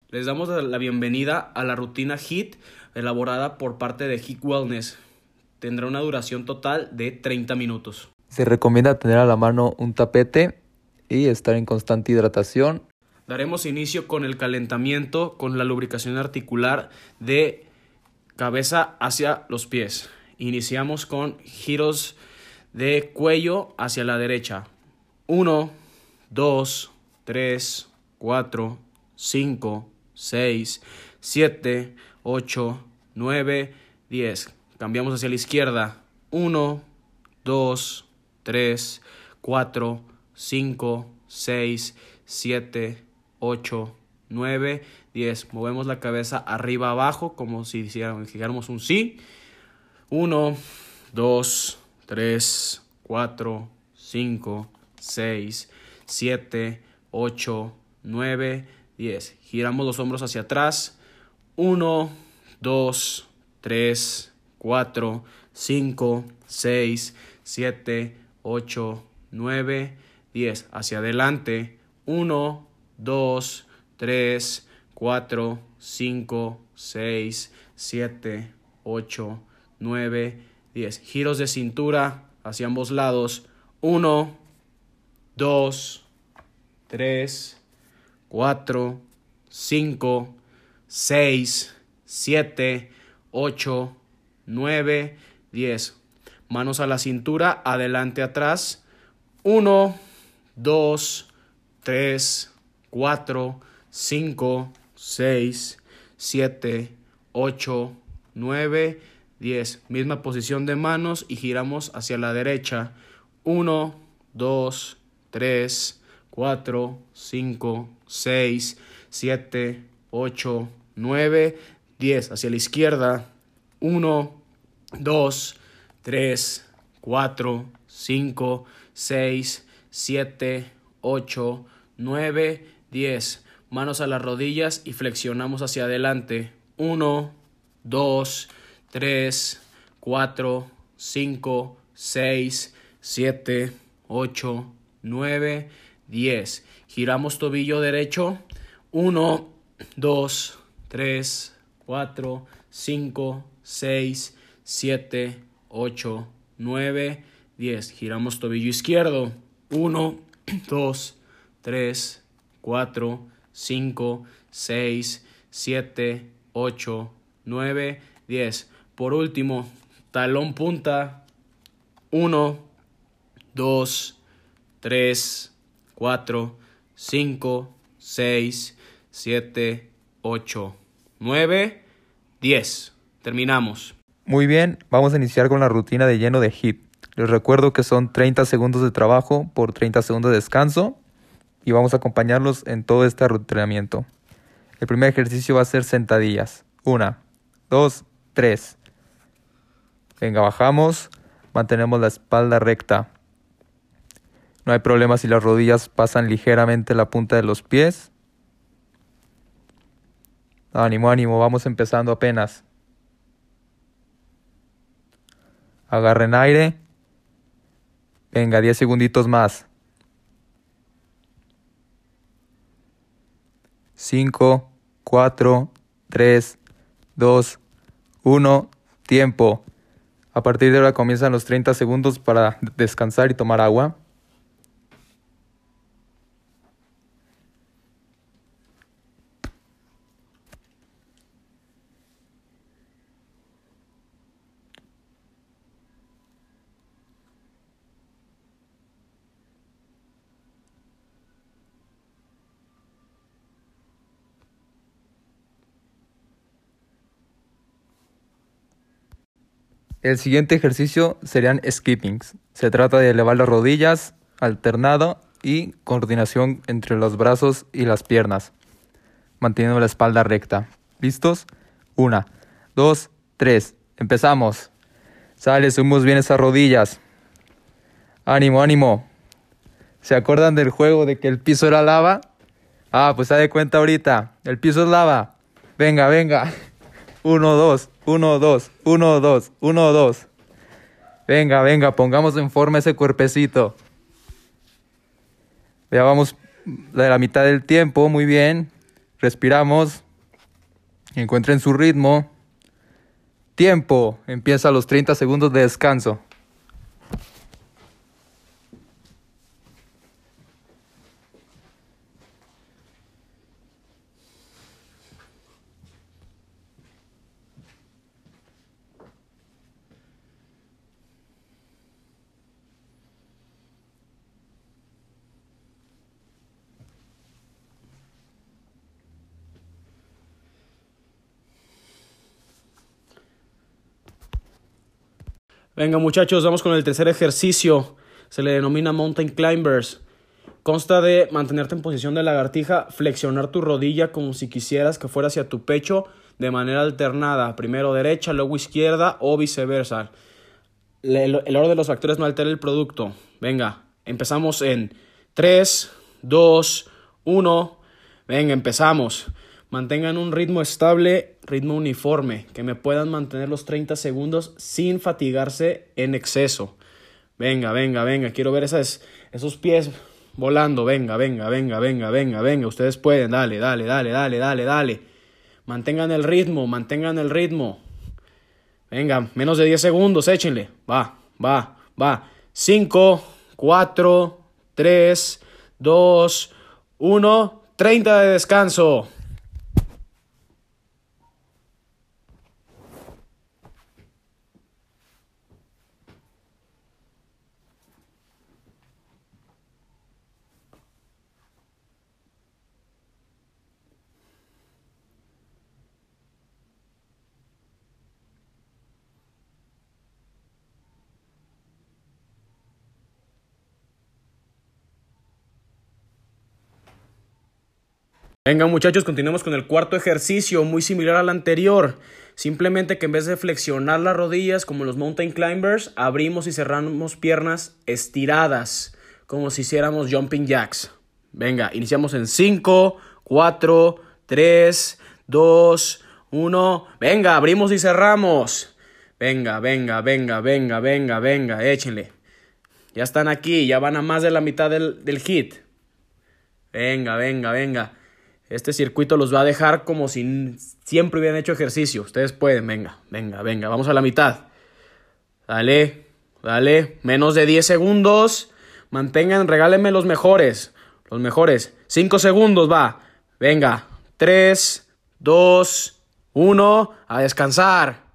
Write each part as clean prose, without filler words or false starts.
Les damos la bienvenida a la rutina HIIT elaborada por parte de HIIT Wellness. Tendrá una duración total de 30 minutos. Se recomienda tener a la mano un tapete y estar en constante hidratación. Daremos inicio con el calentamiento con la lubricación articular de cabeza hacia los pies. Iniciamos con giros de cuello hacia la derecha. 1, 2, 3, 4, 5, 6, 7, 8, 9, 10. Cambiamos hacia la izquierda. 1, 2, 3, 4, 5, 6, 7, 8, 9, 10. Movemos la cabeza arriba abajo como si hiciéramos un sí. 1, 2, 3, 4, 5, 6, 7, 8, 9, 10. Giramos los hombros hacia atrás. 1, 2, 3, 4, 5, 6, 7, 8, 9, 10. Hacia adelante. 1, 2, 3, 4, 5, 6, 7, 8, 9, 10. Giros de cintura hacia ambos lados. 1, 2, 3, 4, 5, 6, 7, 8, 9, 10. Manos a la cintura, adelante, atrás. 1, 2, 3, 4, 5, 6, 7, 8, 9, 10. Misma posición de manos y giramos hacia la derecha. 1, 2, 3, 4, 5, 6, 7, 8, 9, 10. Hacia la izquierda. 1, 2, 3, 4, 5, 6, 7, 8, 9, 10. Manos a las rodillas y flexionamos hacia adelante. 1, 2, 3, 4, 5, 6, 7, 8, 9, 10. Giramos tobillo derecho. 1, 2, 3, 4, 5, 6, 7, 8, 9, 10. Giramos tobillo izquierdo. 1, 2, 3, 4, 5, 6, 7, 8, 9, 10. Por último, talón punta. 1, 2, 3, 4, 5, 6, 7, 8, 9, 10. Terminamos. Muy bien, vamos a iniciar con la rutina de lleno de HIIT. Les recuerdo que son 30 segundos de trabajo por 30 segundos de descanso y vamos a acompañarlos en todo este entrenamiento. El primer ejercicio va a ser sentadillas. 1, 2, 3. Venga, bajamos, mantenemos la espalda recta. No hay problema si las rodillas pasan ligeramente la punta de los pies. Ánimo, ánimo, vamos empezando apenas. Agarren aire. Venga, 10 segunditos más. 5, 4, 3, 2, 1. Tiempo. A partir de ahora comienzan los 30 segundos para descansar y tomar agua. El siguiente ejercicio serían skippings. Se trata de elevar las rodillas, alternado y coordinación entre los brazos y las piernas, manteniendo la espalda recta. ¿Listos? 1, 2, 3. Empezamos. Sale, subimos bien esas rodillas. Ánimo, ánimo. ¿Se acuerdan del juego de que el piso era lava? Pues se da cuenta ahorita. El piso es lava. Venga, venga. 1, 2, 1, 2, 1, 2, 1, 2. Venga, venga, pongamos en forma ese cuerpecito. Ya vamos de la mitad del tiempo, muy bien. respiramos, encuentren su ritmo. Tiempo, empieza los 30 segundos de descanso. Venga muchachos, vamos con el tercer ejercicio. Se le denomina Mountain Climbers. Consta de mantenerte en posición de lagartija, flexionar tu rodilla como si quisieras que fuera hacia tu pecho de manera alternada. Primero derecha, luego izquierda o viceversa. El orden de los factores no altera el producto. Venga, empezamos en 3, 2, 1. Venga, empezamos. Mantengan un ritmo estable, ritmo uniforme, que me puedan mantener los 30 segundos sin fatigarse en exceso. Venga, quiero ver esos pies volando. Venga. Ustedes pueden, dale. Mantengan el ritmo. Venga, menos de 10 segundos, échenle. Va. 5, 4, 3, 2, 1. 30 de descanso. Venga muchachos, continuemos con el cuarto ejercicio, muy similar al anterior. Simplemente que en vez de flexionar las rodillas como los Mountain Climbers, abrimos y cerramos piernas estiradas, como si hiciéramos Jumping Jacks. Venga, iniciamos en 5, 4, 3, 2, 1. Venga, abrimos y cerramos. Venga, échenle. Ya están aquí, ya van a más de la mitad del hit. Venga. Este circuito los va a dejar como si siempre hubieran hecho ejercicio. Ustedes pueden, venga. Vamos a la mitad. Dale. Menos de 10 segundos. Mantengan, regálenme los mejores. 5 segundos, va. Venga. 3, 2, 1. A descansar.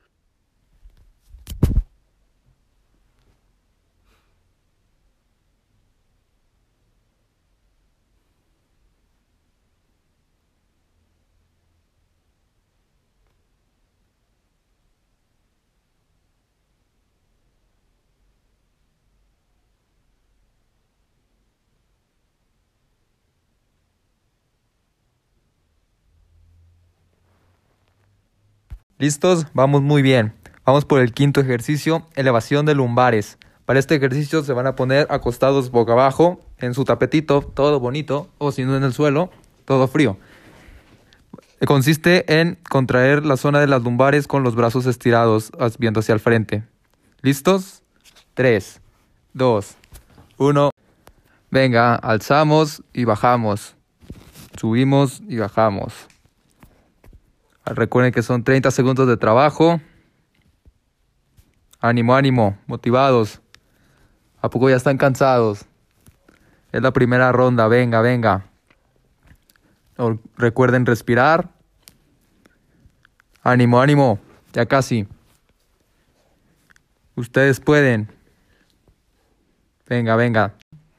¿Listos? Vamos muy bien. Vamos por el quinto ejercicio, elevación de lumbares. Para este ejercicio se van a poner acostados boca abajo en su tapetito, todo bonito, o si no en el suelo, todo frío. Consiste en contraer la zona de las lumbares con los brazos estirados, viendo hacia el frente. ¿Listos? 3, 2, 1. Venga, alzamos y bajamos. Subimos y bajamos. Recuerden que son 30 segundos de trabajo. Ánimo, motivados. ¿A poco ya están cansados? Es la primera ronda, venga. Recuerden respirar. Ánimo, ya casi. Ustedes pueden. Venga.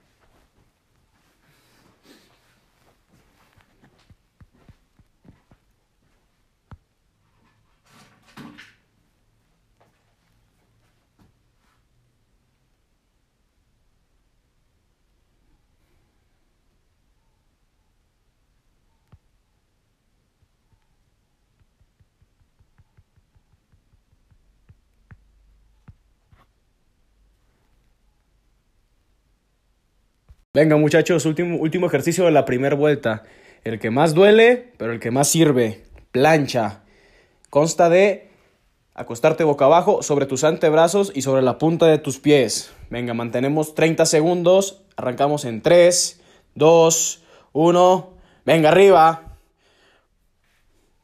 Venga muchachos, último ejercicio de la primera vuelta. El que más duele, pero el que más sirve. Plancha. Consta de acostarte boca abajo sobre tus antebrazos y sobre la punta de tus pies. Venga, mantenemos 30 segundos. Arrancamos en 3, 2, 1. Venga, arriba.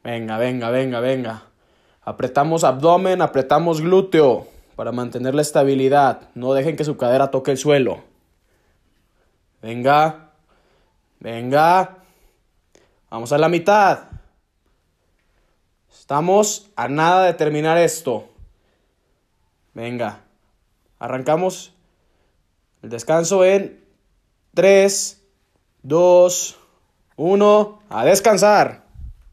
Venga, venga, venga, venga. Apretamos abdomen, apretamos glúteo para mantener la estabilidad. No dejen que su cadera toque el suelo. Venga, venga. Vamos a la mitad. Estamos a nada de terminar esto. Venga, arrancamos el descanso en 3, 2, 1. A descansar.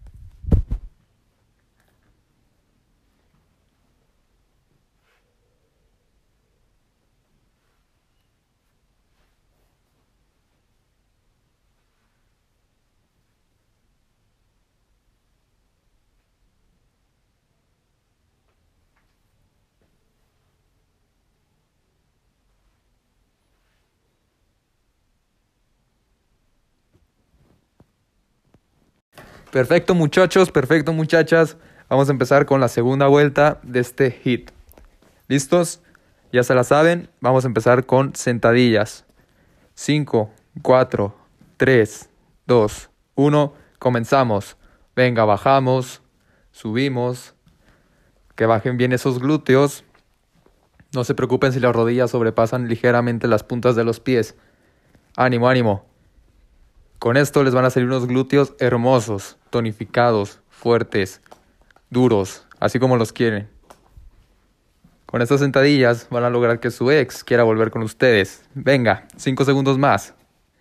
Perfecto muchachos, perfecto muchachas. Vamos a empezar con la segunda vuelta de este hit. ¿Listos? Ya se la saben. Vamos a empezar con sentadillas. 5, 4, 3, 2, 1. Comenzamos. Venga, bajamos. Subimos. Que bajen bien esos glúteos. No se preocupen si las rodillas sobrepasan ligeramente las puntas de los pies. Ánimo, ánimo. Con esto les van a salir unos glúteos hermosos, tonificados, fuertes, duros, así como los quieren. Con estas sentadillas van a lograr que su ex quiera volver con ustedes. Venga, 5 segundos más.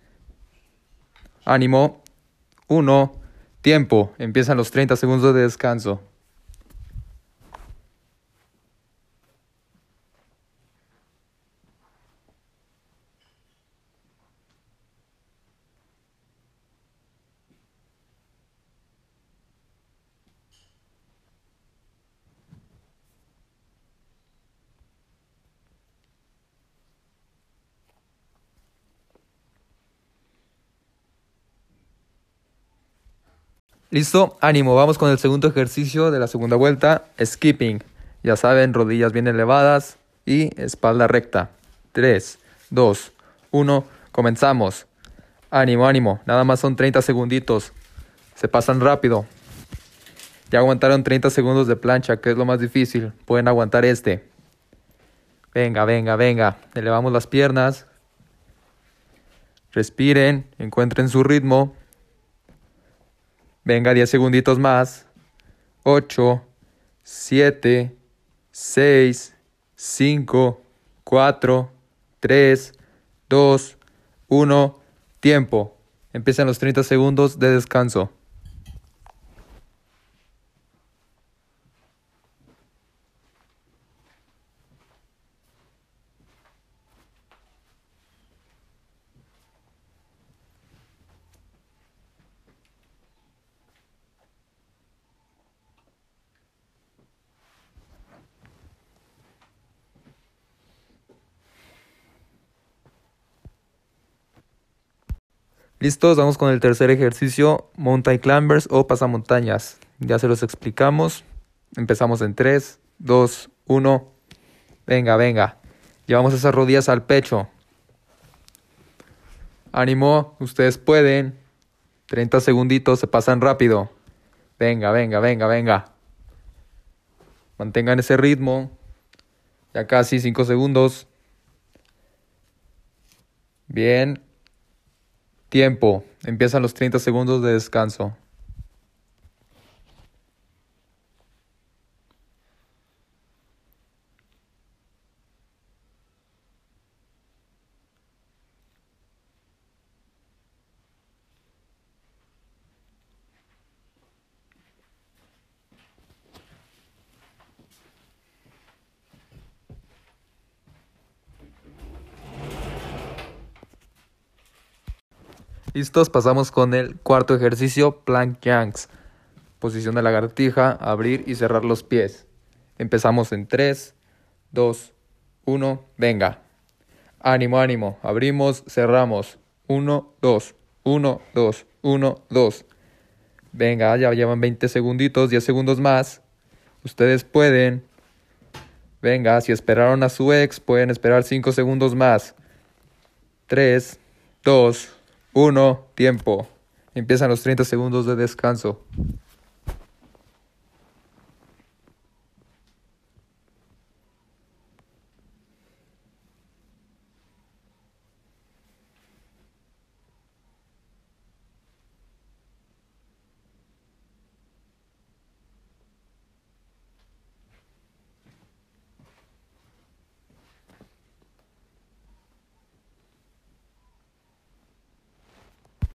Ánimo. 1. Tiempo. Empiezan los 30 segundos de descanso. Listo, ánimo, vamos con el segundo ejercicio de la segunda vuelta, skipping. Ya saben, rodillas bien elevadas y espalda recta. 3, 2, 1, comenzamos. Ánimo, ánimo, nada más son 30 segunditos. Se pasan rápido. Ya aguantaron 30 segundos de plancha, que es lo más difícil. Pueden aguantar este. Venga, venga, venga. Elevamos las piernas. Respiren, encuentren su ritmo. Venga, 10 segunditos más. 8, 7, 6, 5, 4, 3, 2, 1. Tiempo. Empiezan los 30 segundos de descanso. Listos, vamos con el tercer ejercicio, mountain climbers o pasamontañas. Ya se los explicamos. Empezamos en 3, 2, 1. Venga, venga. Llevamos esas rodillas al pecho. Ánimo, ustedes pueden. 30 segunditos, se pasan rápido. Venga, venga, venga, venga. Mantengan ese ritmo. Ya casi 5 segundos. Bien. Tiempo. Empiezan los 30 segundos de descanso. Listos, pasamos con el cuarto ejercicio, plank jacks. Posición de lagartija, abrir y cerrar los pies. Empezamos en 3, 2, 1, venga. Ánimo, ánimo, abrimos, cerramos. 1, 2, 1, 2, 1, 2. Venga, ya llevan 20 segunditos, 10 segundos más. Ustedes pueden. Venga, si esperaron a su ex, pueden esperar 5 segundos más. 3, 2, 1, tiempo. Empiezan los 30 segundos de descanso.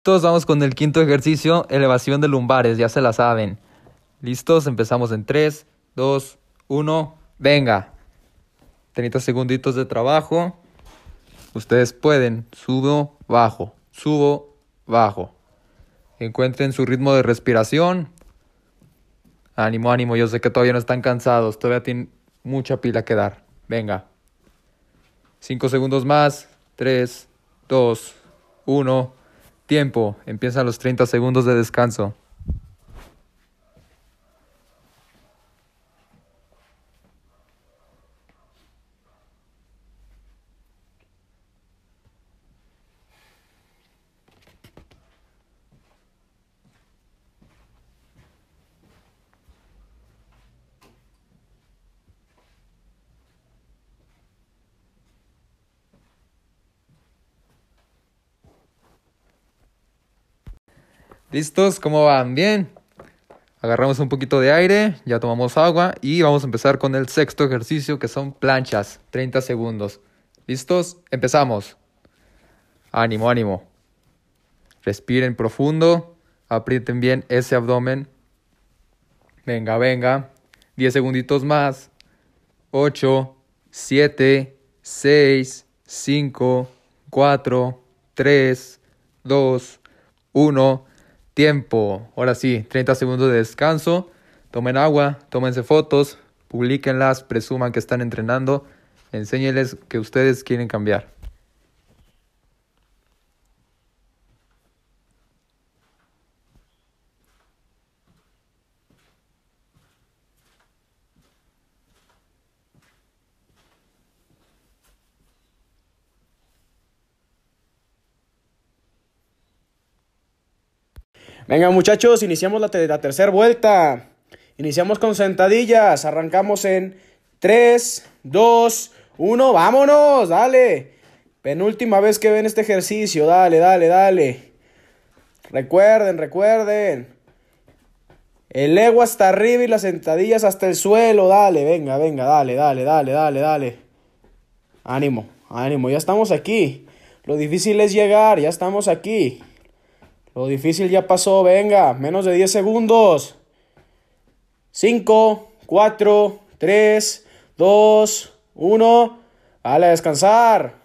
Todos vamos con el quinto ejercicio, elevación de lumbares, ya se la saben. ¿Listos? Empezamos en 3, 2, 1, venga. 30 segunditos de trabajo. Ustedes pueden. Subo, bajo. Subo, bajo. Encuentren su ritmo de respiración. Ánimo, ánimo. Yo sé que todavía no están cansados. Todavía tienen mucha pila que dar. Venga. 5 segundos más. 3, 2, 1. Tiempo. Empiezan los 30 segundos de descanso. ¿Listos? ¿Cómo van? ¿Bien? Agarramos un poquito de aire, ya tomamos agua y vamos a empezar con el sexto ejercicio que son planchas, 30 segundos. ¿Listos? Empezamos. Ánimo, ánimo. Respiren profundo, aprieten bien ese abdomen. Venga, venga. 10 segunditos más. 8, 7, 6, 5, 4, 3, 2, 1. Tiempo. Ahora sí, 30 segundos de descanso. Tomen agua, tómense fotos, publíquenlas, presuman que están entrenando. Enséñenles que ustedes quieren cambiar. Venga, muchachos, iniciamos la tercera vuelta. Iniciamos con sentadillas. Arrancamos en 3, 2, 1. ¡Vámonos! ¡Dale! Penúltima vez que ven este ejercicio. Dale, dale, dale. Recuerden, recuerden. El ego hasta arriba y las sentadillas hasta el suelo. Dale, venga, venga, dale, dale, dale, dale, dale. Ánimo, ánimo. Ya estamos aquí. Lo difícil es llegar. Ya estamos aquí. Lo difícil ya pasó, venga, menos de 10 segundos. 5, 4, 3, 2, 1. Vale, a descansar.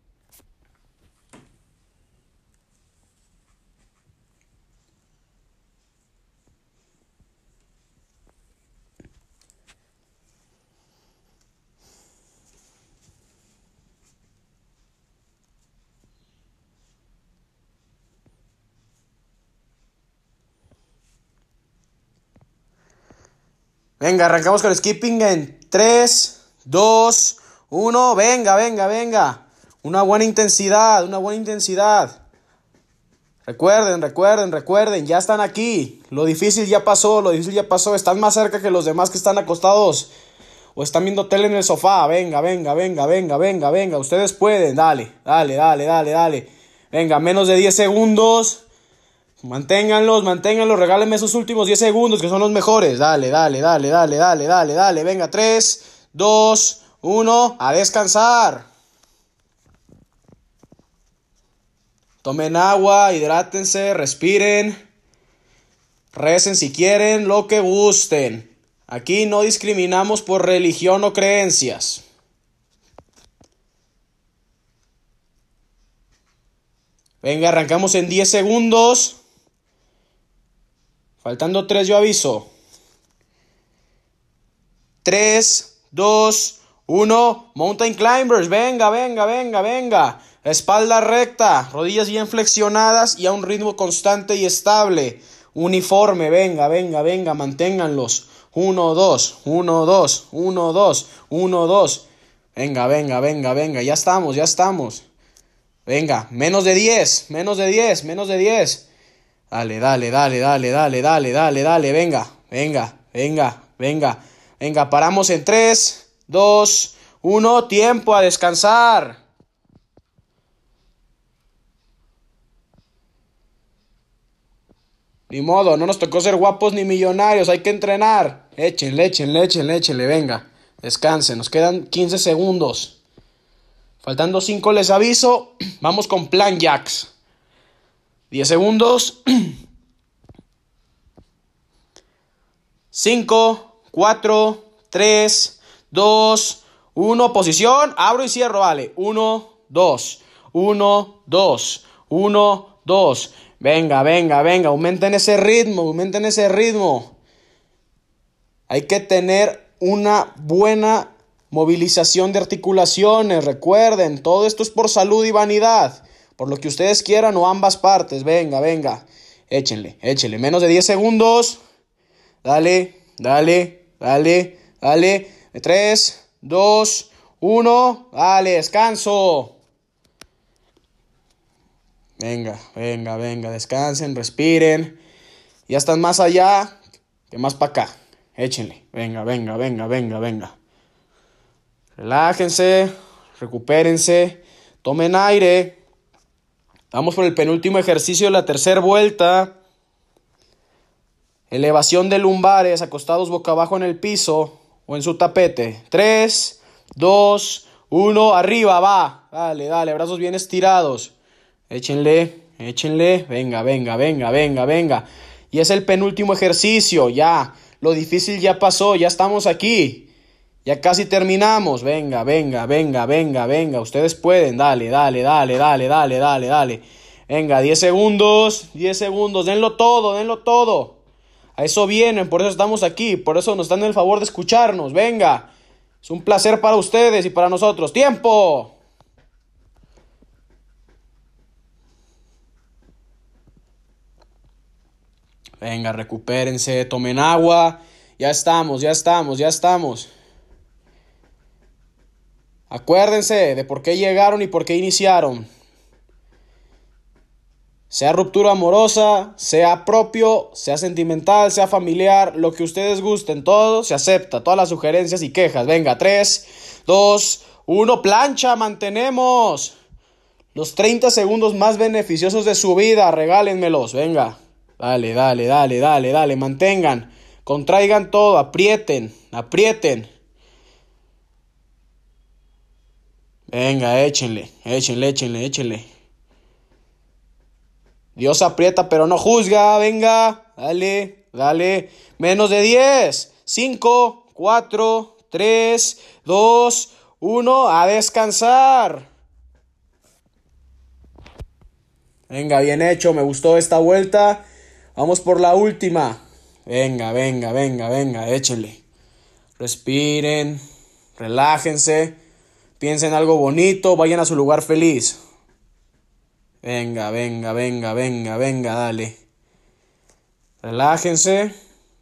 Venga, arrancamos con el skipping en 3, 2, 1. Venga, venga, venga. Una buena intensidad, una buena intensidad. Recuerden, recuerden, recuerden. Ya están aquí. Lo difícil ya pasó, lo difícil ya pasó. Están más cerca que los demás que están acostados o están viendo tele en el sofá. Venga, venga, venga, venga, venga, venga. Ustedes pueden. Dale, dale, dale, dale, dale. Venga, menos de 10 segundos. Manténganlos, manténganlos, regálenme esos últimos 10 segundos que son los mejores. Dale, dale, dale, dale, dale, dale, dale. Venga, 3, 2, 1. A descansar. Tomen agua, hidrátense, respiren. Recen si quieren, lo que gusten. Aquí no discriminamos por religión o creencias. Venga, arrancamos en 10 segundos. Faltando 3 yo aviso. 3, 2, 1. Mountain Climbers. Venga, venga, venga, venga. Espalda recta. Rodillas bien flexionadas y a un ritmo constante y estable. Uniforme. Venga, venga, venga. Manténganlos. 1, 2, 1, 2, 1, 2, 1, 2. Venga, venga, venga, venga. Ya estamos, ya estamos. Venga, menos de 10, menos de 10, menos de 10. Dale, dale, dale, dale, dale, dale, dale, dale, venga, venga, venga, venga, venga, paramos en 3, 2, 1, tiempo a descansar. Ni modo, no nos tocó ser guapos ni millonarios, hay que entrenar. Échenle, échenle, échenle, échenle, venga, descansen, nos quedan 15 segundos. Faltando 5 les aviso, vamos con Plank Jacks. 10 segundos. 5, 4, 3, 2, 1. Posición. Abro y cierro, vale. 1, 2. 1, 2. 1, 2. Venga. Aumenten ese ritmo. Hay que tener una buena movilización de articulaciones. Recuerden, todo esto es por salud y vanidad. Por lo que ustedes quieran o ambas partes. Venga. Échenle. Menos de 10 segundos. Dale. 3, 2, 1. Dale, descanso. Venga. Descansen, respiren. Ya están más allá que más para acá. Échenle. Venga. Relájense, recupérense, tomen aire. Vamos por el penúltimo ejercicio de la tercera vuelta. Elevación de lumbares, acostados boca abajo en el piso o en su tapete. 3, 2, 1, arriba, va. Dale, brazos bien estirados. Échenle. Venga. Y es el penúltimo ejercicio, ya. Lo difícil ya pasó, ya estamos aquí. Ya casi terminamos. Venga. Ustedes pueden. Dale. Venga, 10 segundos. Denlo todo. A eso vienen, por eso estamos aquí. Por eso nos dan el favor de escucharnos. Venga. Es un placer para ustedes y para nosotros. ¡Tiempo! Venga, recupérense, tomen agua. Ya estamos. Acuérdense de por qué llegaron y por qué iniciaron. Sea ruptura amorosa, sea propio, sea sentimental, sea familiar, lo que ustedes gusten, todo se acepta, todas las sugerencias y quejas. Venga, 3, 2, 1, plancha, mantenemos. Los 30 segundos más beneficiosos de su vida, regálenmelos, venga. Dale, mantengan, contraigan todo, aprieten. Venga, échenle. Dios aprieta pero no juzga, venga, dale. Menos de 10, 5, 4, 3, 2, 1, a descansar. Venga, bien hecho, me gustó esta vuelta. Vamos por la última. Venga, échenle. Respiren, relájense, piensen algo bonito, vayan a su lugar feliz. Venga, dale. Relájense.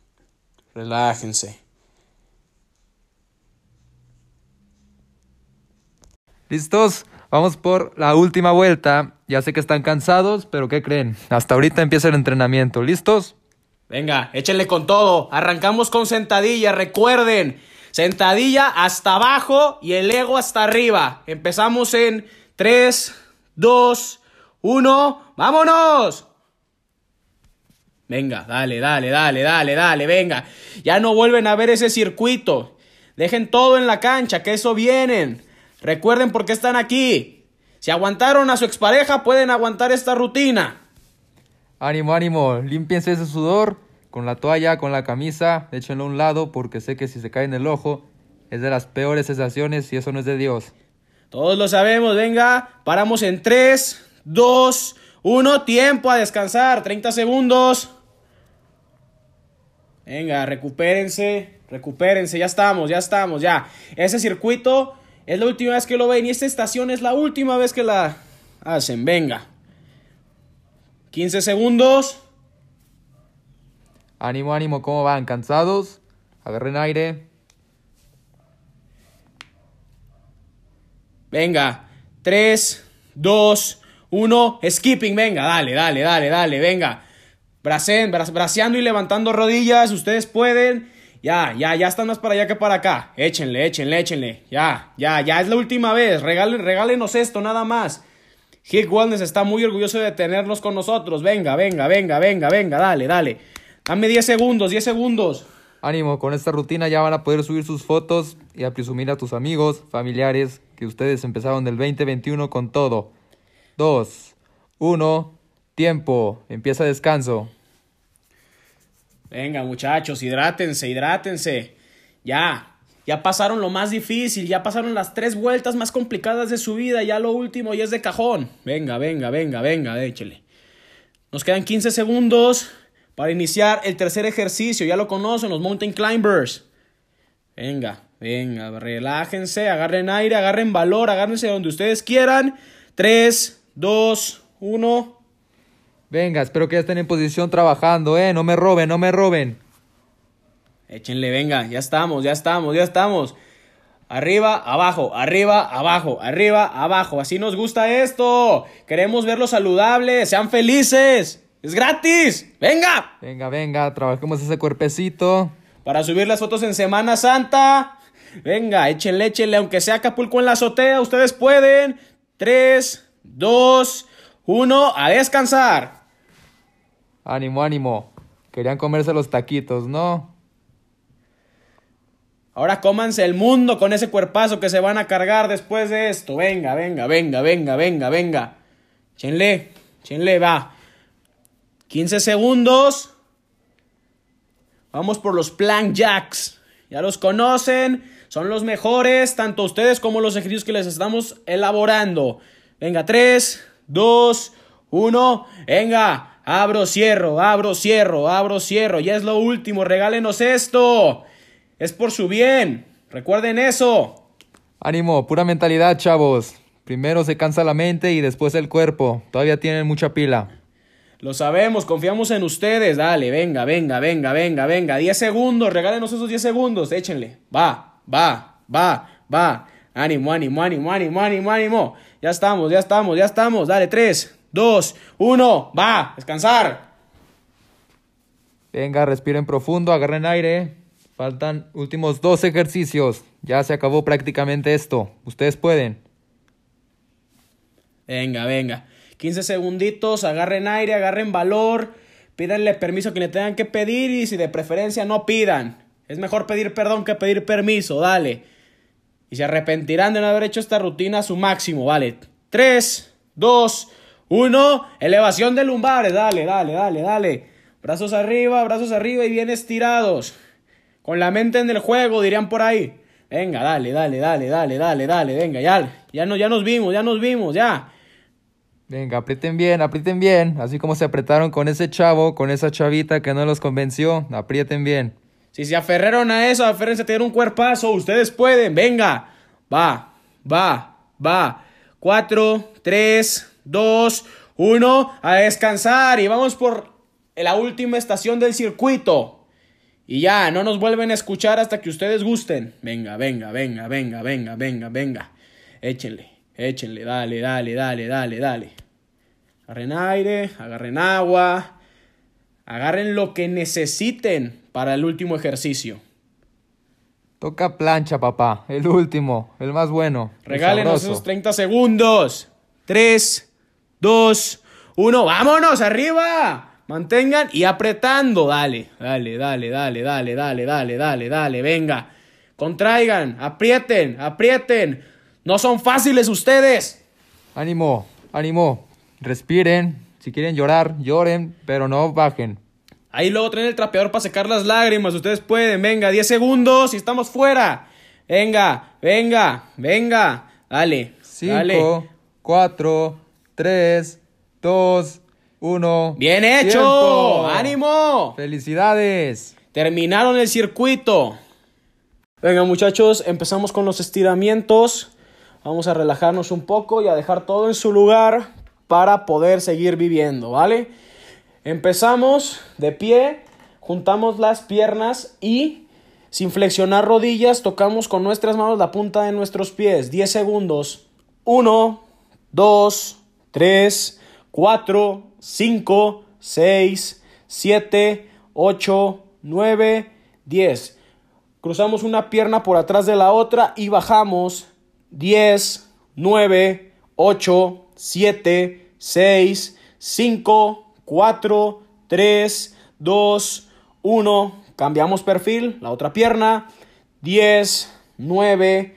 ¿Listos? Vamos por la última vuelta. Ya sé que están cansados, pero ¿qué creen? Hasta ahorita empieza el entrenamiento. ¿Listos? Venga, échenle con todo. Arrancamos con sentadilla, recuerden. Sentadilla hasta abajo y el ego hasta arriba. Empezamos en 3, 2, 1, ¡vámonos! Venga, dale, venga. Ya no vuelven a ver ese circuito. Dejen todo en la cancha, que eso vienen. Recuerden por qué están aquí. Si aguantaron a su expareja, pueden aguantar esta rutina. Ánimo, límpiense ese sudor con la toalla, con la camisa, échenlo a un lado porque sé que si se cae en el ojo es de las peores sensaciones y eso no es de Dios. Todos lo sabemos, venga, paramos en 3, 2, 1, tiempo a descansar, 30 segundos. Venga, recupérense, ya estamos. Ese circuito es la última vez que lo ven y esta estación es la última vez que la hacen, venga. 15 segundos. Ánimo, ¿cómo van? ¿Cansados? Agarren aire. Venga, 3, 2, 1, skipping, venga, dale, venga. Braceando y levantando rodillas, ustedes pueden. Ya están más para allá que para acá. Échenle. Ya es la última vez. Regálenos esto, nada más. Hit Wellness está muy orgulloso de tenerlos con nosotros. Venga, dale. Dame 10 segundos. Ánimo, con esta rutina ya van a poder subir sus fotos y a presumir a tus amigos, familiares, que ustedes empezaron el 2021 con todo. 2, 1, Tiempo. Empieza descanso. Venga, muchachos, hidrátense. Ya pasaron lo más difícil, ya pasaron las 3 vueltas más complicadas de su vida, ya lo último ya es de cajón. Venga, échele. Nos quedan 15 segundos para iniciar el tercer ejercicio, ya lo conocen, los Mountain Climbers. Venga, relájense, agarren aire, agarren valor, agárrense donde ustedes quieran. 3, 2, 1. Venga, espero que ya estén en posición trabajando, no me roben. Échenle, venga, ya estamos. Arriba, abajo, así nos gusta esto. Queremos verlos saludables, sean felices. Es gratis, venga. Venga, trabajemos ese cuerpecito. Para subir las fotos en Semana Santa. Venga, échenle, aunque sea Acapulco en la azotea, ustedes pueden. 3, 2, 1, a descansar. Ánimo. Querían comerse los taquitos, ¿no? Ahora cómanse el mundo con ese cuerpazo que se van a cargar después de esto. Venga. Échenle, va. 15 segundos. Vamos por los plank jacks. Ya los conocen. Son los mejores, tanto ustedes como los ejercicios que les estamos elaborando. Venga, 3, 2, 1. Venga, abro, cierro. Ya es lo último, regálenos esto. Es por su bien. Recuerden eso. Ánimo, pura mentalidad, chavos. Primero se cansa la mente y después el cuerpo. Todavía tienen mucha pila. Lo sabemos, confiamos en ustedes. Dale, venga. 10 segundos, regálenos esos 10 segundos. Échenle. Va. Ánimo. Ya estamos. Dale, 3, 2, 1. Va, descansar. Venga, respiren profundo, agarren aire. Faltan últimos 2 ejercicios. Ya se acabó prácticamente esto. Ustedes pueden. Venga. 15 segunditos, agarren aire, agarren valor. Pídanle permiso a quien le tengan que pedir y si de preferencia no pidan. Es mejor pedir perdón que pedir permiso, dale. Y se arrepentirán de no haber hecho esta rutina a su máximo, vale. 3, 2, 1. Elevación de lumbares, dale. Brazos arriba y bien estirados. Con la mente en el juego, dirían por ahí. Venga, dale. Venga, ya nos vimos. Venga, aprieten bien. Así como se apretaron con ese chavo, con esa chavita que no los convenció. Aprieten bien. Si se aferraron a eso, aférrense a tener un cuerpazo. Ustedes pueden. Venga. Va. 4, 3, 2, 1. A descansar. Y vamos por la última estación del circuito. Y ya, no nos vuelven a escuchar hasta que ustedes gusten. Venga. Échenle, dale. Agarren aire, agarren agua. Agarren lo que necesiten para el último ejercicio. Toca plancha, papá. El último, el más bueno. Regálenos esos 30 segundos. 3, 2, 1. ¡Vámonos, arriba! Mantengan y apretando. Dale. Venga. Contraigan. Aprieten. No son fáciles ustedes. Ánimo. Respiren. Si quieren llorar, lloren, pero no bajen. Ahí luego traen el trapeador para secar las lágrimas. Ustedes pueden. Venga, 10 segundos y estamos fuera. Venga. Dale. 5, 4, 3, 2, 1. ¡Bien hecho! ¡Tiempo! ¡Ánimo! ¡Felicidades! Terminaron el circuito. Venga, muchachos, empezamos con los estiramientos. Vamos a relajarnos un poco y a dejar todo en su lugar para poder seguir viviendo, ¿vale? Empezamos de pie, juntamos las piernas y sin flexionar rodillas tocamos con nuestras manos la punta de nuestros pies. 10 segundos. 1, 2, 3, 4, 5, 6, 7, 8, 9, 10. Cruzamos una pierna por atrás de la otra y bajamos. 10, 9, 8, 7, 6, 5, 4, 3, 2, 1. Cambiamos perfil, la otra pierna. 10, 9,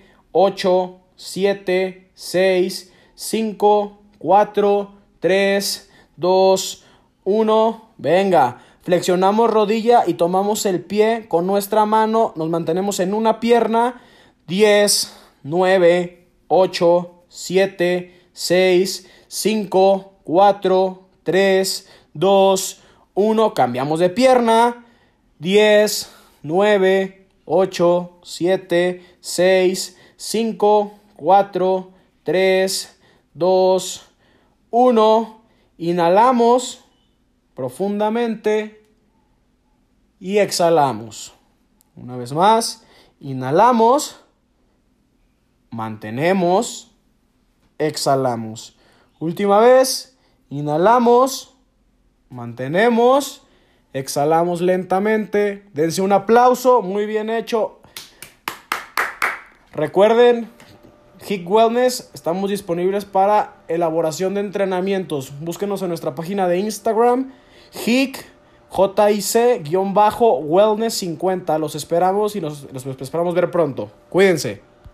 8, 7, 6, 5, 4, 3, 2, 1. Venga. Flexionamos rodilla y tomamos el pie con nuestra mano. Nos mantenemos en una pierna. 10, 9, 8, 7, 6, 5, 4, 3, 2, 1. Cambiamos de pierna. 10, 9, 8, 7, 6, 5, 4, 3, 2, 1. Inhalamos profundamente y exhalamos. Una vez más, inhalamos, mantenemos, exhalamos. Última vez, inhalamos, mantenemos, exhalamos lentamente. Dense un aplauso, muy bien hecho. Recuerden, HIC Wellness, estamos disponibles para elaboración de entrenamientos. Búsquenos en nuestra página de Instagram, HIC, JIC-Wellness 50. Los esperamos y los esperamos ver pronto. Cuídense.